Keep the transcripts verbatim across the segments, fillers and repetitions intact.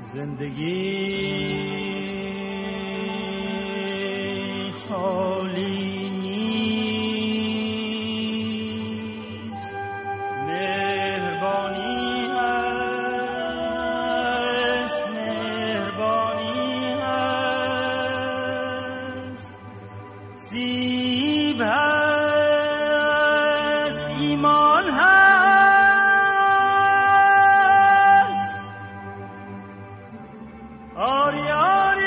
زندگی خالی نیست، مهربانی هست، مهربانی هست، سیب هست، ایمان هست، آری آری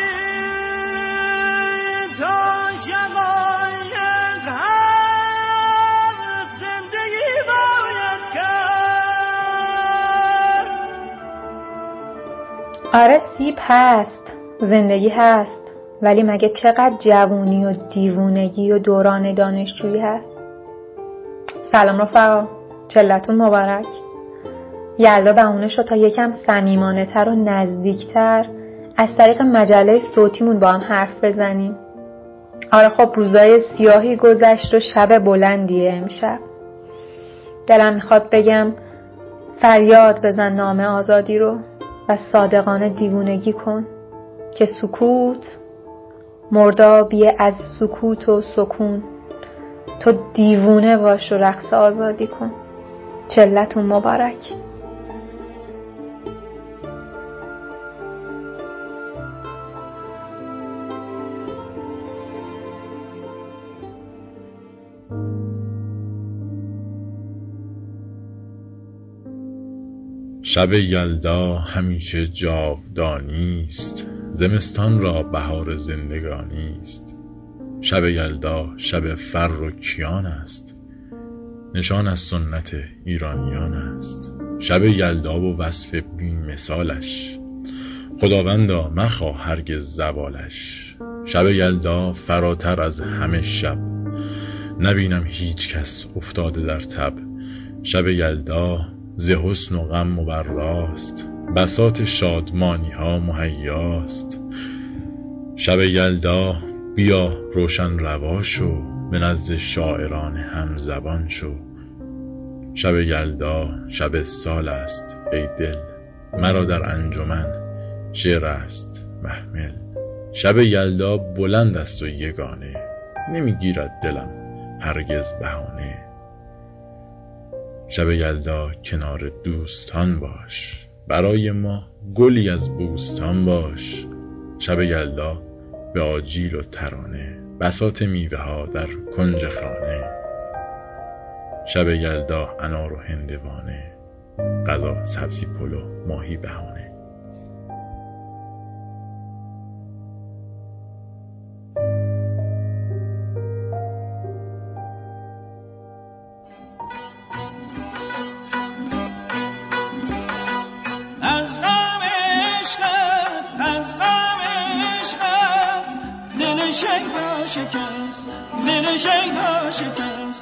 تا شقایق هست، زندگی باید کرد. آره سیب هست، زندگی هست، ولی مگه چقدر جوونی و دیوونگی و دوران دانشجویی هست. سلام رفقا، چلتون مبارک. یلدا بهونه شد تا یکم صمیمانه تر و نزدیکتر از طریق مجله صوتیمون با هم حرف بزنیم. آره خب روزای سیاهی گذشت و شب بلندیه امشب. دلم میخواد بگم فریاد بزن نام آزادی رو و صادقانه دیوونگی کن که سکوت مردابیه از سکوت و سکون. تو دیوونه باش و رقص آزادی کن. چلتون مبارک. شب یلدا همیشه جاودانی است، زمستان را بهار زندگانی است. شب یلدا شب فر و کیان است، نشان از سنت ایرانیان است. شب یلدا و وصف بی مثالش، خداوندا مخواه هرگز زوالش. شب یلدا فراتر از همه شب، نبینم هیچ کس افتاده در تب. شب یلدا ز حسن و غم مبراست، بساط شادمانی ها مهیاست. شب یلدا بیا روشن روا شو، به نزد شاعران هم زبان شو. شب یلدا شب سال است ای دل، مرا در انجمن شعر است محمل. شب یلدا بلند است و یگانه، نمیگیرد دلم هرگز بهانه. شب یلدا کنار دوستان باش، برای ما گلی از بوستان باش. شب یلدا به آجیل و ترانه، بساط میوه ها در کنج خانه. شب یلدا انار و هندوانه، غذا سبزی پلو ماهی بهانه. شیدا شکست، دل شیدا شکست،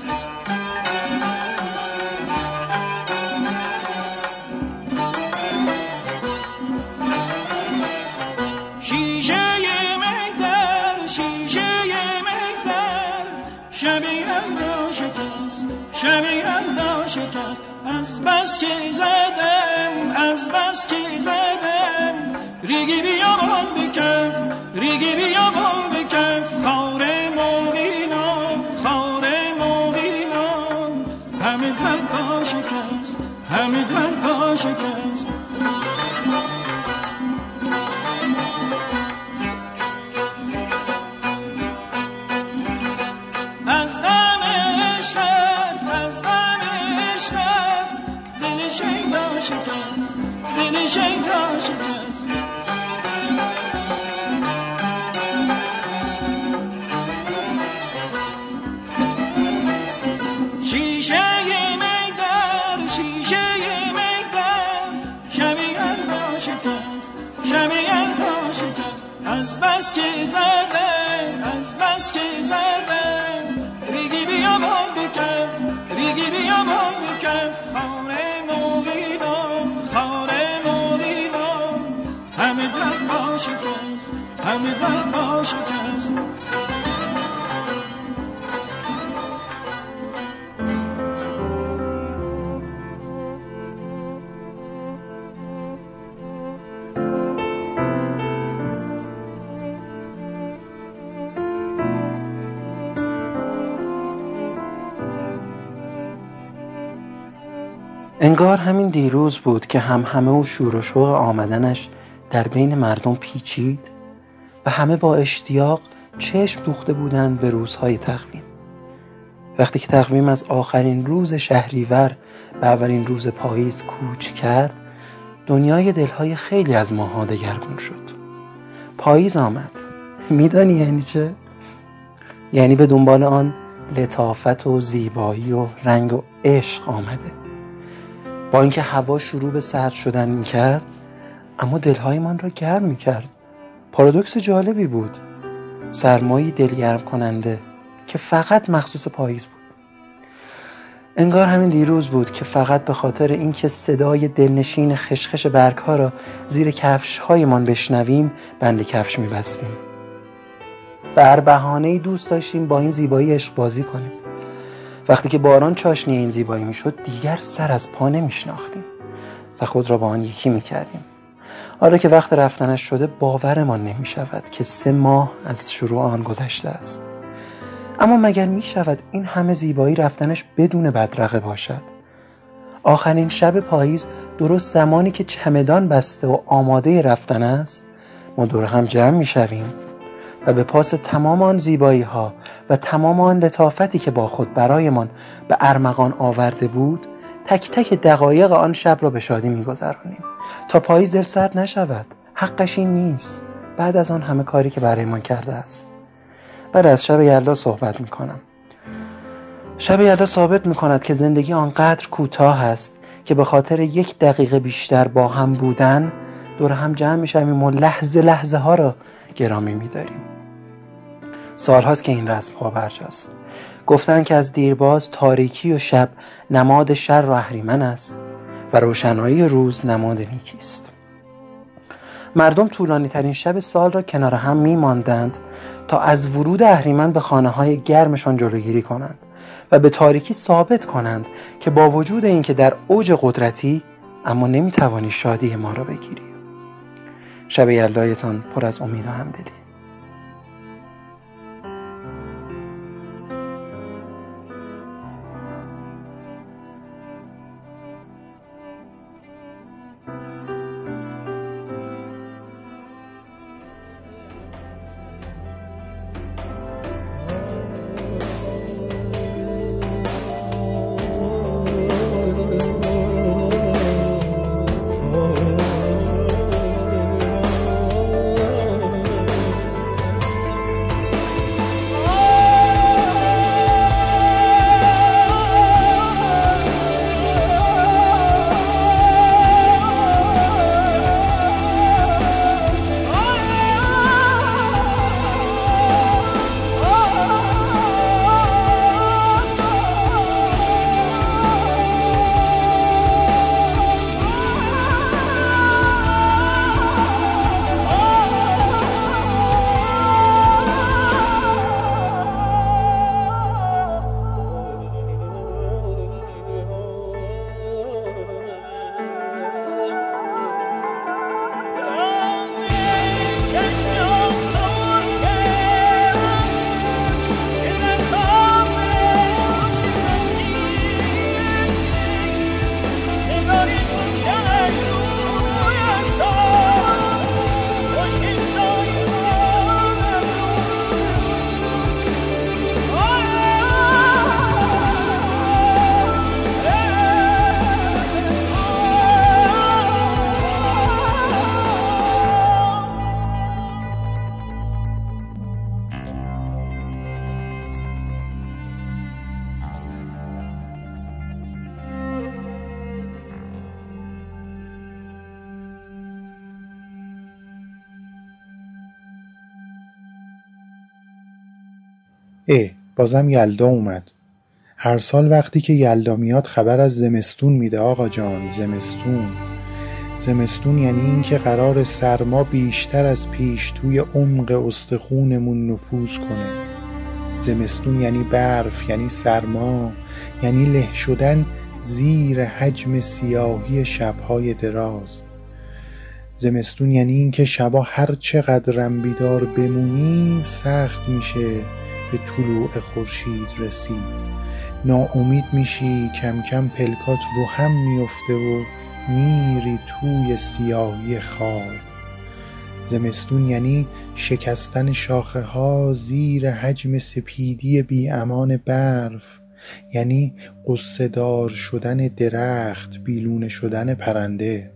شیشه میدر، شیشه میدر، شب یلدا شکست، شب یلدا شکست. از بس که زدم، از بس که زدم، ریگی بیابان بکف، ریگی بیابان بکف. خاره موینان، خاره موینان، همه در پا شکست، همه در پا شکست. از غم عشقت، از غم عشقت، دل شیدا شکست، دل شیدا شکست. از بس که زدم، از بس که زدم، ریگی بیابان بکف، ریگی بیابان بکف. خاره موینان، خاره موینان، همه در پا شکست، همه در پا شکست. انگار همین دیروز بود که هم همه و شور و شوق آمدنش در بین مردم پیچید و همه با اشتیاق چشم دوخته بودند به روزهای تقویم. وقتی که تقویم از آخرین روز شهریور به اولین روز پاییز کوچ کرد، دنیای دلهای خیلی از ماها دگرگون شد. پاییز آمد. میدانی یعنی چه؟ یعنی به دنبال آن لطافت و زیبایی و رنگ و عشق آمده. با اینکه هوا شروع به سرد شدن میکرد، اما دلهایمان را گرم میکرد. پارادوکس جالبی بود. سرمایی دلگرم کننده که فقط مخصوص پاییز بود. انگار همین دیروز بود که فقط به خاطر اینکه صدای دلنشین خشخش برگ‌ها را زیر کفش‌هایمان بشنویم بند کفش می‌بستیم. به هر بهانه‌ای دوست داشتیم با این زیبایی عشق بازی کنیم. وقتی که باران چاشنی این زیبایی میشد دیگر سر از پا نمیشناختیم و خود را با آن یکی میکردیم. حالا که وقت رفتنش شده باورمان نمیشود که سه ماه از شروع آن گذشته است. اما مگر میشود این همه زیبایی رفتنش بدون بدرقه باشد؟ آخرین شب پاییز، درست زمانی که چمدان بسته و آماده رفتن است، ما دور هم جمع میشویم و به پاس تمام آن زیبایی ها و تمام آن لطافتی که با خود برایمان به ارمغان آورده بود، تک تک دقایق آن شب را به شادی میگذرانیم تا پاییز دل سرد نشود. حقش این نیست بعد از آن همه کاری که برایمان کرده است. بعد از شب یلدا صحبت میکنم. شب یلدا ثابت میکند که زندگی آنقدر کوتاه است که به خاطر یک دقیقه بیشتر با هم بودن دور هم جمع میشویم و لحظه لحظه ها را گرامی میداریم. سالهاست که این رسم ها برجاست. گفتن که از دیرباز تاریکی و شب نماد شر و اهریمن است و روشنایی روز نماد نیکی است. مردم طولانی ترین شب سال را کنار هم می ماندند تا از ورود اهریمن به خانه های گرمشان جلوگیری کنند و به تاریکی ثابت کنند که با وجود اینکه در اوج قدرتی اما نمی توانی شادی ما را بگیری. شب یلدایتان پر از امید و همدلی. اه بازم یلدا اومد. هر سال وقتی که یلدا میاد خبر از زمستون میده آقا جان. زمستون زمستون یعنی این که قرار سرما بیشتر از پیش توی عمق استخونمون نفوذ کنه. زمستون یعنی برف، یعنی سرما، یعنی له شدن زیر حجم سیاهی شبهای دراز. زمستون یعنی این که شبا هر چقدرم بیدار بمونی سخت میشه به طلوع خورشید رسید. ناامید میشی، کم کم پلکات رو هم میفته و میری توی سیاهی خواب. زمستون یعنی شکستن شاخه ها زیر حجم سپیدی بی امان برف، یعنی قصه دار شدن درخت، بیلونه شدن پرنده.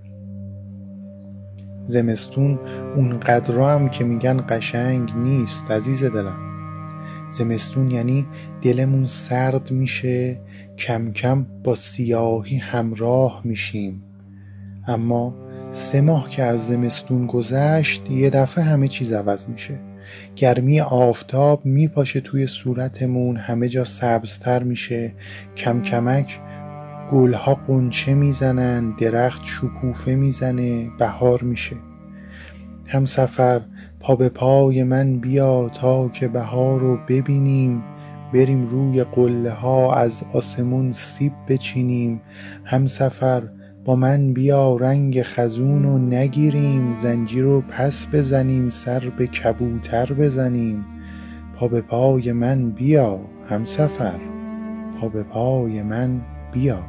زمستون اون قدرها هم که میگن قشنگ نیست عزیز دلم. زمستون یعنی دلمون سرد میشه، کم کم با سیاهی همراه میشیم. اما سه ماه که از زمستون گذشت یه دفعه همه چیز عوض میشه. گرمی آفتاب میپاشه توی صورتمون، همه جا سبزتر میشه، کم کمک گلها قنچه میزنن، درخت شکوفه میزنه، بهار میشه. همسفر پا به پای من بیا تا که بهار رو ببینیم، بریم روی قله ها از آسمون سیب بچینیم. همسفر با من بیا رنگ خزون رو نگیریم، زنجیر رو پس بزنیم، سر به کبوتر بزنیم. پا به پای من بیا همسفر، پا به پای من بیا.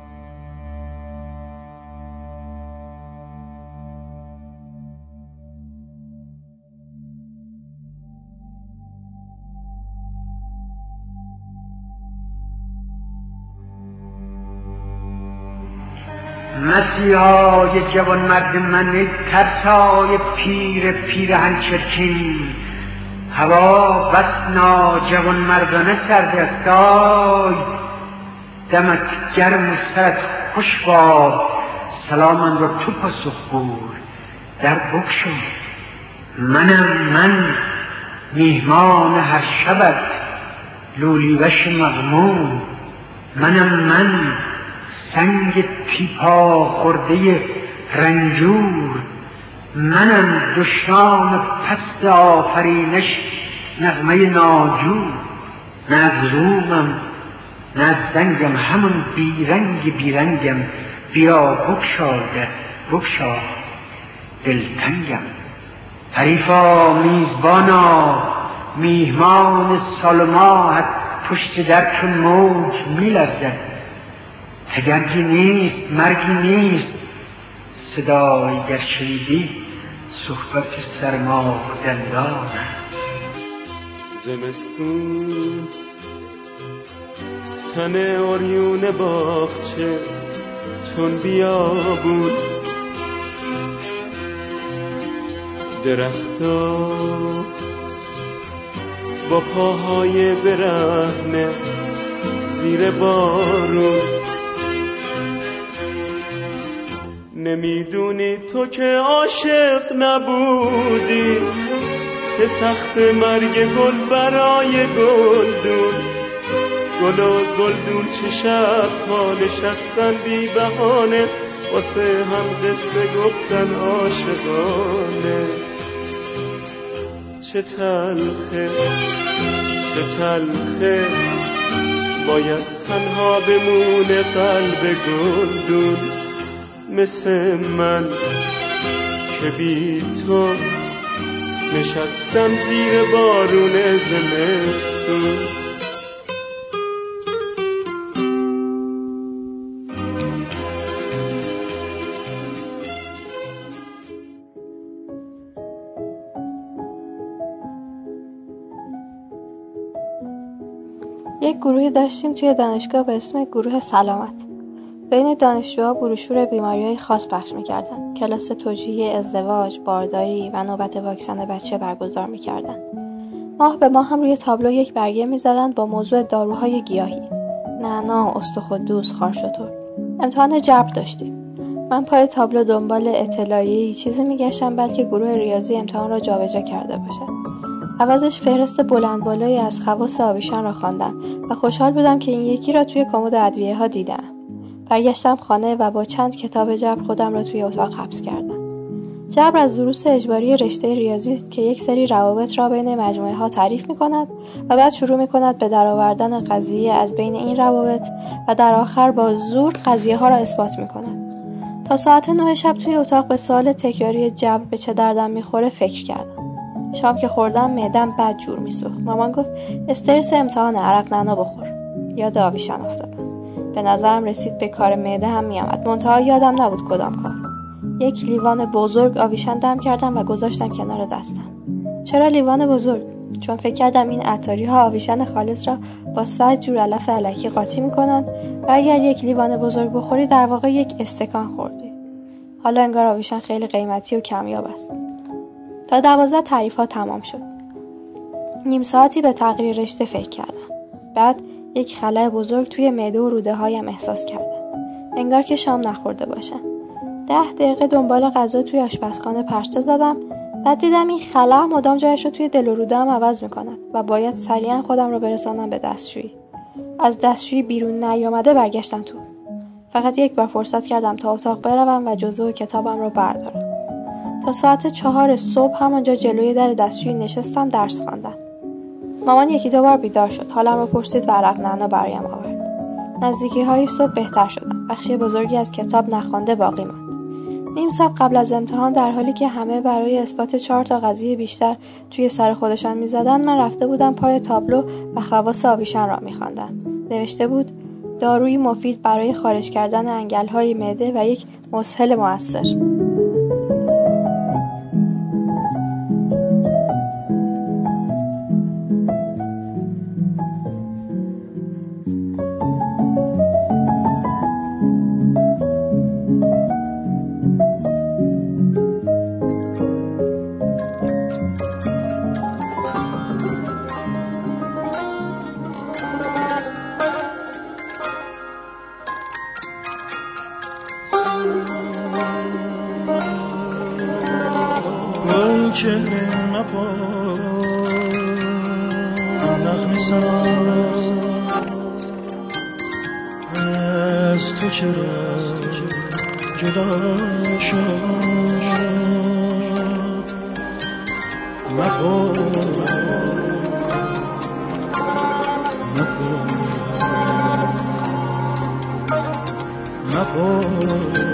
مسیحای جوان مرد من، ترسای پیر پیرهن چرکین، هوا بس ناجوان مردانه سرد است. آی دمت گرم و سرت خوش باد، سلامم را تو پاسخ گوی، در بگشا. منم من میهمان هر شبت، لولیوش مغموم. منم من سنگ پیپا خورده رنجور. منم دشنام پست آفرینش، نغمه ناجور. نه از رومم نه از زنگم، همون بیرنگ بیرنگم. بیا بگشاده بگشا دلتنگم. حریفا میزبانا، میهمان سال ماهت پشت در چون موج میلرزد. تگرگی نیست مرگی نیست، صدای گر شنیدی صحبت سرما دندان. زمستون تن اوریون باغچه چون بیابون، درختا با پاهای برهنه زیر بارون. نمیدونی تو که عاشق نبودی، که سخت مرگ گل برای گلدون. گل و گلدون چه شب ها نشستن بی بهانه، واسه هم قصه گفتن عاشقانه. چه تلخه چه تلخه باید تنها بمونه قلب گلدون، مثل من که بی تو نشستم زیر بارون زمستون. یک گروهی داشتیم توی دانشگاه به اسم گروه سلامت. بین دانشجوها بروشور بیماری‌های خاص پخش می‌کردن. کلاس توجیهی ازدواج، بارداری و نوبت واکسن بچه برگزار می‌کردن. ماه به ماه هم روی تابلو یک برگه می‌زدن با موضوع داروهای گیاهی. نعنا، استخوان‌دوز، خارشتر. امتحان جبر داشتیم. من پای تابلو دنبال اطلاعیه‌ای چیزی می‌گشتم بلکه گروه ریاضی امتحان را جابجا کرده باشه. عوضش فهرست بلند بالایی از خواص آویشان را خواندم و خوشحال بودم که این یکی را توی کمد ادویه‌ها دیدم. برگشتم خانه و با چند کتاب جبر خودم را توی اتاق حبس کردم. جبر از دروس اجباری رشته ریاضی است که یک سری روابط را بین مجموعه ها تعریف می کند و بعد شروع می کند به درآوردن قضیه از بین این روابط و در آخر با زور قضیه ها را اثبات می کند. تا ساعت نه شب توی اتاق به سوال تکراری جبر به چه دردم می خوره فکر کردم. شام که خوردم معدم بد جور می سوخت. مامان گفت استرس امتحان، عرق نعنا بخور. یاد آویشن افتادم. به نظرم رسید به کار معده هم میامد، منتها یادم نبود کدام کار. یک لیوان بزرگ آویشن دم کردم و گذاشتم کنار دستم. چرا لیوان بزرگ؟ چون فکر کردم این عطاری ها آویشن خالص را با صد جور علف الکی قاطی میکنن و اگر یک لیوان بزرگ بخوری در واقع یک استکان خوردی. حالا انگار آویشن خیلی قیمتی و کمیاب است. تا دوازده تعریف ها تمام شد. نیم ساعتی به تغییر رشته فکر کردم. بعد یک خلأ بزرگ توی معده و روده هایم احساس کردم. انگار که شام نخورده باشم. ده دقیقه دنبال غذا توی آشپزخانه پرسه زدم. بعد دیدم این خلأ مدام جایش رو توی دل و روده هم عوض میکند و باید سریعا خودم رو برسانم به دستشویی. از دستشویی بیرون نیامده برگشتم تو. فقط یک بار فرصت کردم تا اتاق بروم و جزوه و کتابم رو بردارم. تا ساعت چهار صبح همانجا جلوی در دستشویی نشستم درس خواندم. مامان یکی دو بار بیدار شد. حالم رو پرسید و عرق نعنا برایم آورد. نزدیکی های صبح بهتر شدم. بخشی بزرگی از کتاب نخوانده باقی ماند. نیم ساعت قبل از امتحان در حالی که همه برای اثبات چهار تا قضیه بیشتر توی سر خودشان می‌زدند، من رفته بودم پای تابلو و خواص آویشن را می‌خواندم. نوشته بود دارویی مفید برای خارج کردن انگل‌های معده و یک مسهل مؤثر. چهره مپاس نغمه ساز از تو چرا جدا شد مپاس مپاس مپاس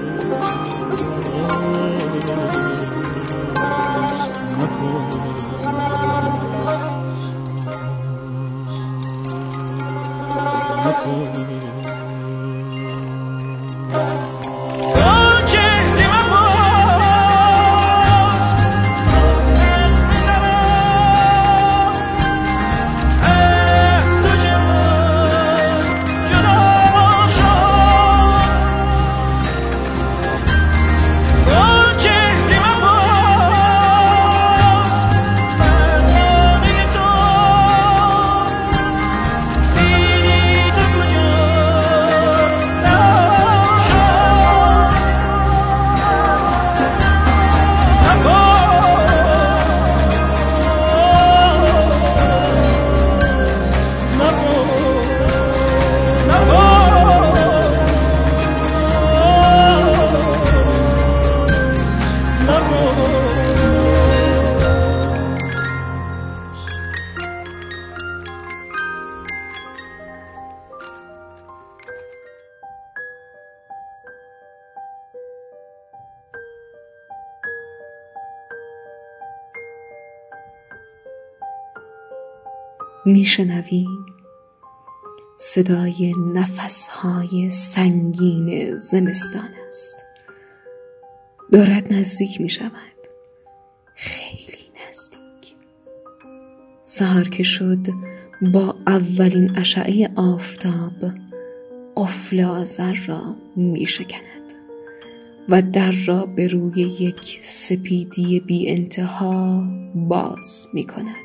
میشنوی صدای نفسهای سنگین زمستان است. دارد نزدیک می شود، خیلی نزدیک. سحر که شد با اولین اشعه آفتاب قفل آذر را می شکند و در را به روی یک سپیدی بی انتها باز می کند.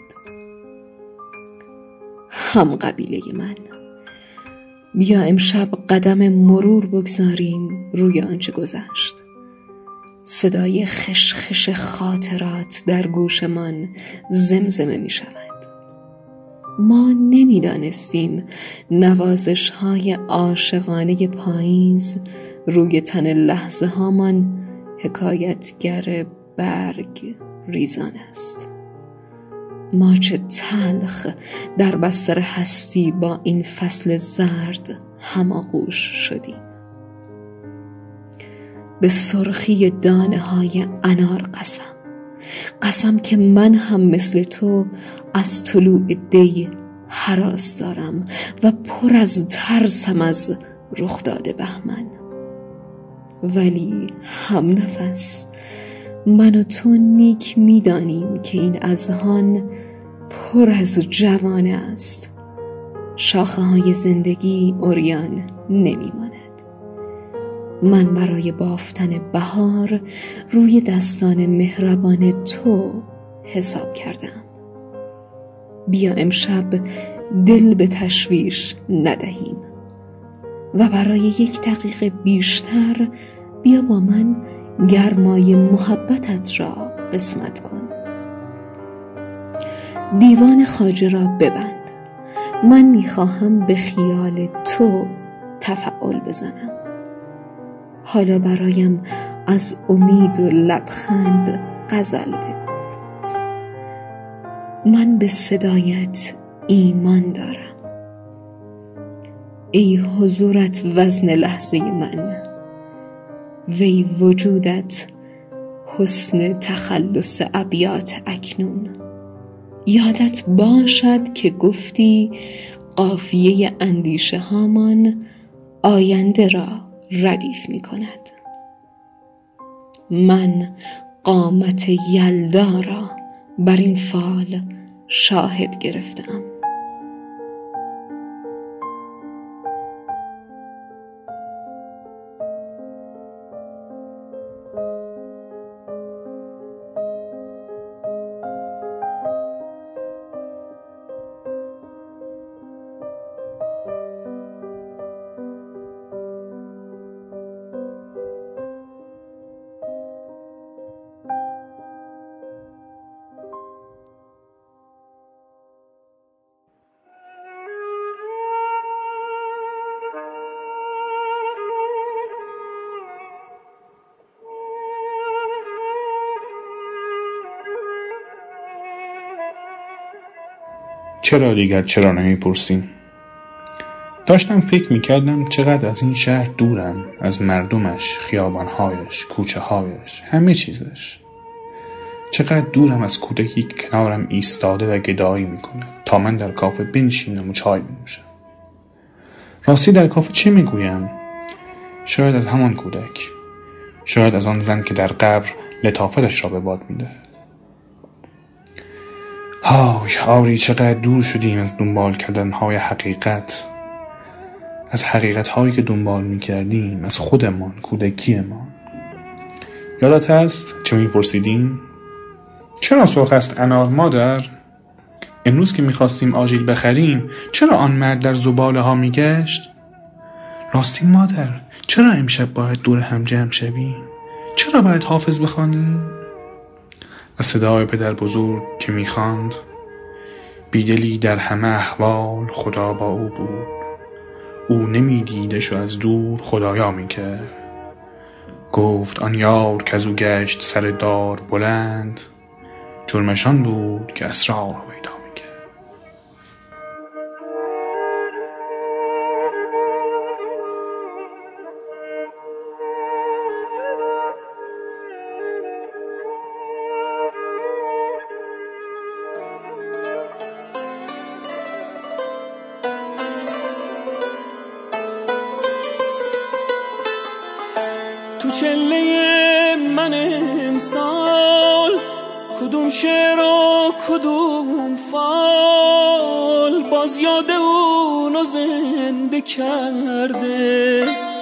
هم قبیله من، بیا امشب قدم مرور بگذاریم روی آنچه گذشت. صدای خشخش خاطرات در گوشمان زمزمه می شود. ما نمی دانستیم نوازش های عاشقانه پاییز روی تن لحظه هامان حکایتگر برگ ریزان است. ما چه تلخ در بستر هستی با این فصل زرد هماغوش شدیم. به سرخی دانه های انار قسم قسم که من هم مثل تو از طلوع دی هراس دارم و پر از ترسم از رخ داده بهمن. ولی هم نفس من و تو نیک می‌دانیم که این اذهان پر از جوانه است. شاخه های زندگی عریان نمی‌ماند. من برای بافتن بهار روی دستان مهربان تو حساب کردم. بیا امشب دل به تشویش ندهیم و برای یک دقیقه بیشتر بیا با من گرمای محبتت را قسمت کن. دیوان خواجه را ببند. من میخواهم به خیال تو تفعل بزنم. حالا برایم از امید و لبخند غزل بگو. من به صدایت ایمان دارم. ای حضورت وزن لحظه من، وی وجودت حسن تخلص ابیات اکنون. یادت باشد که گفتی قافیه اندیشه هامان آینده را ردیف می کند. من قامت یلدا را بر این فال شاهد گرفتم. چرا دیگر چرا نمی‌پرسیم؟ داشتم فکر می‌کردم چقدر از این شهر دورم، از مردمش، خیابان‌هایش، کوچه‌هایش، همه چیزش. چقدر دورم از کودکی که کنارم ایستاده و گدایی می‌کند تا من در کافه بنشینم و چای بنوشم. راستی در کافه چه می‌گویم؟ شاید از همان کودک، شاید از آن زن که در قبر لطافتش را به باد می‌دهد. های آری چقدر دور شدیم از دنبال کردنهای حقیقت، از حقیقت هایی که دنبال می کردیم، از خودمان، کودکیمان. یادت هست چه می پرسیدیم؟ چرا سرخ است انار مادر؟ امروز که می خواستیم آجیل بخریم چرا آن مرد در زباله ها می گشت؟ راستی مادر چرا امشب باید دور هم جمع شویم؟ چرا باید حافظ بخوانیم؟ و صدای پدر بزرگ که میخواند بیدلی در همه احوال خدا با او بود، او نمیدیدش و از دور خدایا میکرد. گفت آن یار که از او گشت سر دار بلند، جرمشان بود که اسرار رو پیدا میکرد. تو چله من امسال کدوم شعر و کدوم فال باز یاد اونو زنده کرده.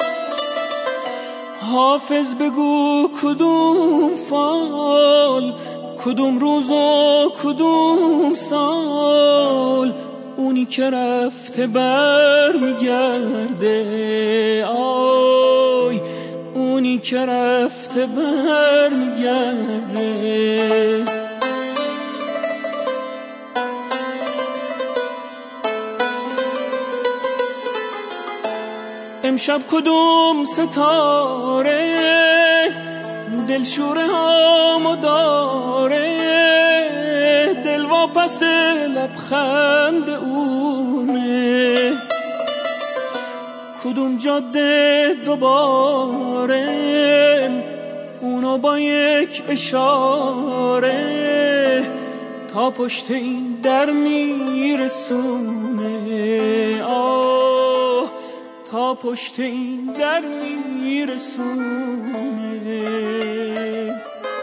حافظ بگو کدوم فال، کدوم روز و کدوم سال، اونی که رفته بر میگرده. آی اونی که رفته بر میگرده. امشب کدوم ستاره دلشوره هامو داره، دل واپس لبخند اونه. کدوم جاده دوباره اونو با یک اشاره تا پشت این در میرسونه، آه تا پشت این در میرسونه.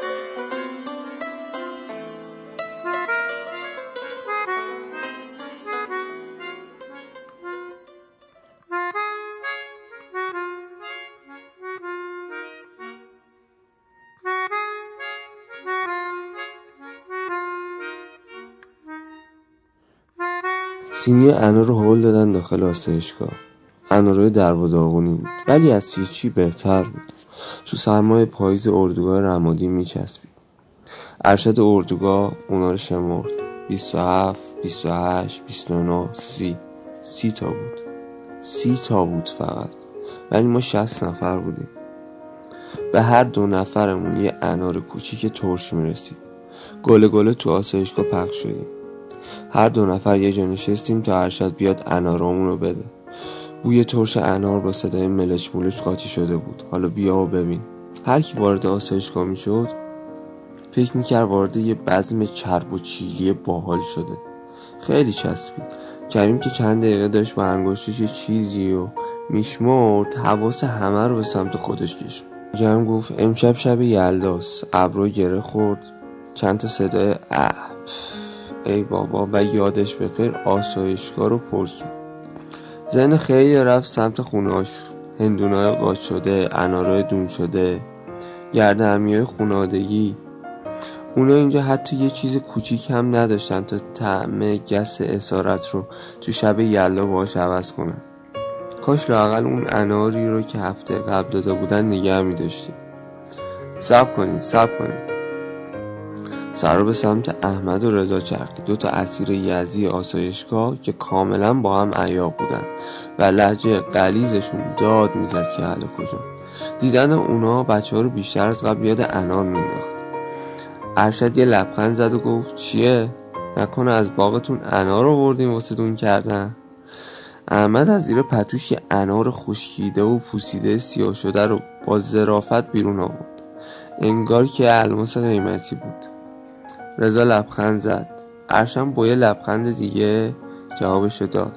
سینی انار رو هول دادن داخل آسایشگاه. انارای درب و داغونی بود ولی از هیچی بهتر بود. تو سرمای پاییز اردوگاه رمادی میچسبید. ارشد اردوگاه اونا رو شمرد. بیست و هفت، بیست و هشت، بیست و نه، سی سی تا بود. سی تا بود فقط، ولی ما شصت نفر بودیم. به هر دو نفرمون یه انار کوچیک ترش میرسید. گله گله تو آسایشگاه پخش شدیم. هر دو نفر یه جا نشستیم تا ارشد بیاد انارامون رو بده. بوی ترش انار با صدای ملچ ملچ قاطی شده بود. حالا بیا و ببین. هر کی وارد آسایشگاه می شد فکر میکرد وارد یه بزم چرب و چیلی باحال شده. خیلی چسبید. کریم که چند دقیقه داشت با انگشتش یه چیزی و میشمرد، حواس همه رو به سمت خودش کشید. کریم گفت امشب شب یلداست. ابرو گره خورد. چند تا صدای اح ای بابا و یادش بخیر آسایشگاه رو پر کرد. ذهن خیلی رفت سمت خونه‌هاش. هندونه‌های قاچ شده، انارای دون شده، گردهمیای خونه‌ادگی. اونا اینجا حتی یه چیز کوچیک هم نداشتن تا طعم گس اسارت رو تو شب یلدا باهاش عوض کنن. کاش لااقل اون اناری رو که هفته قبل داده بودن نگه می‌داشتیم. صبر کنین صبر کنین. سر رو به سمت احمد و رضا چرخید. دو تا اسیر یزدی آسایشگاه که کاملا با هم عیار بودن و لهجه غلیظشون داد میزد که اهل کجا. دیدن اونا بچه ها رو بیشتر از قبل یاد انار مینداخت. ارشد یه لبخند زد و گفت چیه؟ نکنه از باغتون انار آوردین واسه دون کردن؟ احمد از زیر پتوش یه انار خشکیده و پوسیده سیاه شده رو با ظرافت بیرون آورد. انگار که الماس قیمتی بود. رضا لبخند زد. ارشم با یه لبخند دیگه جوابشو داد.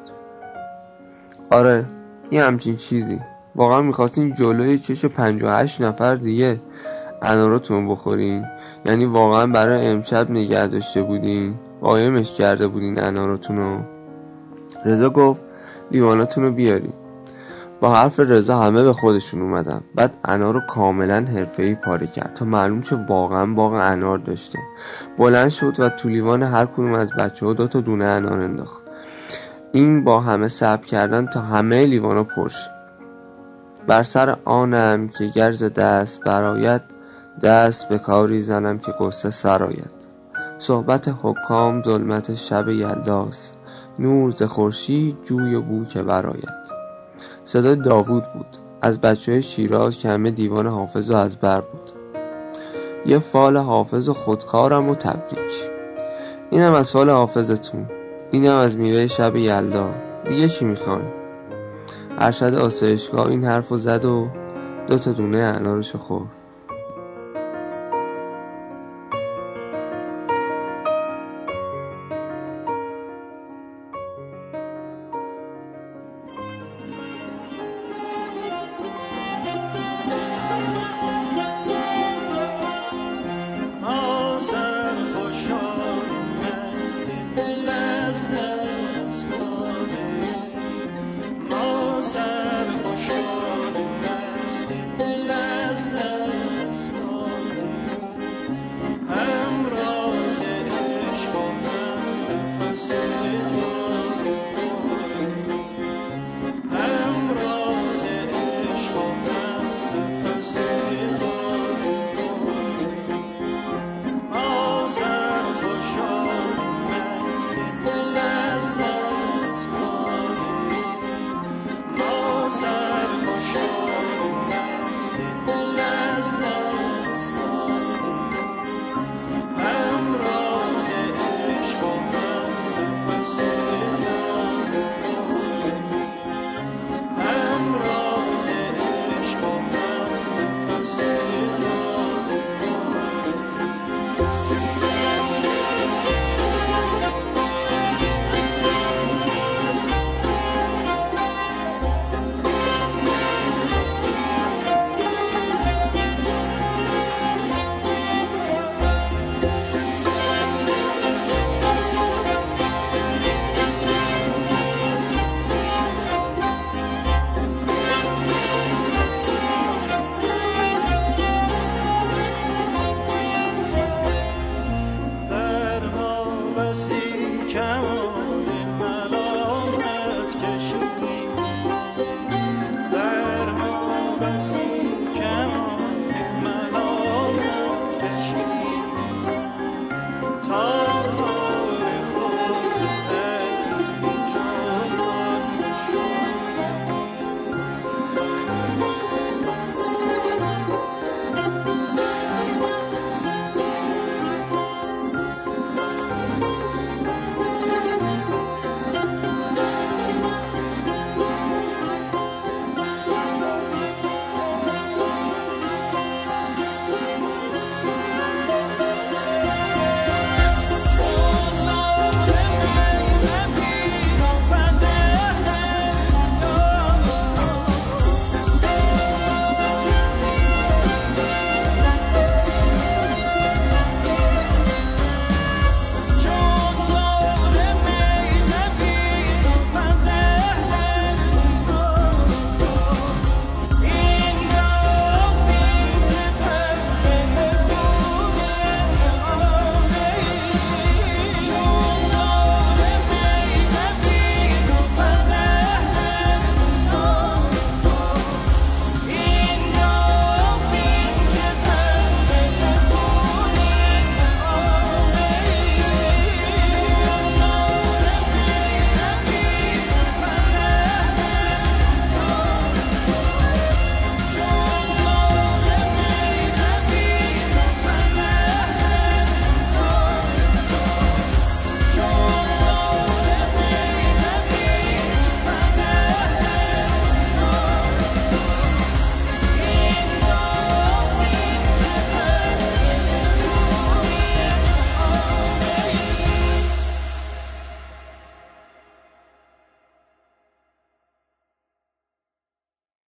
آره یه همچین چیزی. واقعا میخواستین جلوی چش پنجاه و هشت نفر دیگه اناراتون بخورین؟ یعنی واقعا برای امشب نگه داشته بودین؟ قایمش کرده بودین اناراتونو؟ رضا گفت لیواناتونو بیارین. با حرف رضا همه به خودشون اومدن. بعد انار رو کاملا حرفه‌ای پاره کرد تا معلوم شه واقعا باغ انار داشته. بلند شد و تو لیوان هر کدوم از بچه‌ها دو تا دونه انار انداخت. این با همه صبر کردن تا همه لیوانا پر شد. بر سر آنم که گرز دست برآید، دست به کاری زنم که قصه سرآید. صحبت حکام ظلمت شب یلداست، نور ز خورشید جوی و بو که برآید. صدای داوود بود از بچه‌های شیراز که همه دیوان حافظ و از بر بود. یه فال حافظ و خودکارم و تبریک. اینم از فال حافظتون، اینم از میوه شب یلدا. دیگه چی میخواین؟ ارشد آسایشگاه این حرفو زد و دو تا دونه انارشو خورد.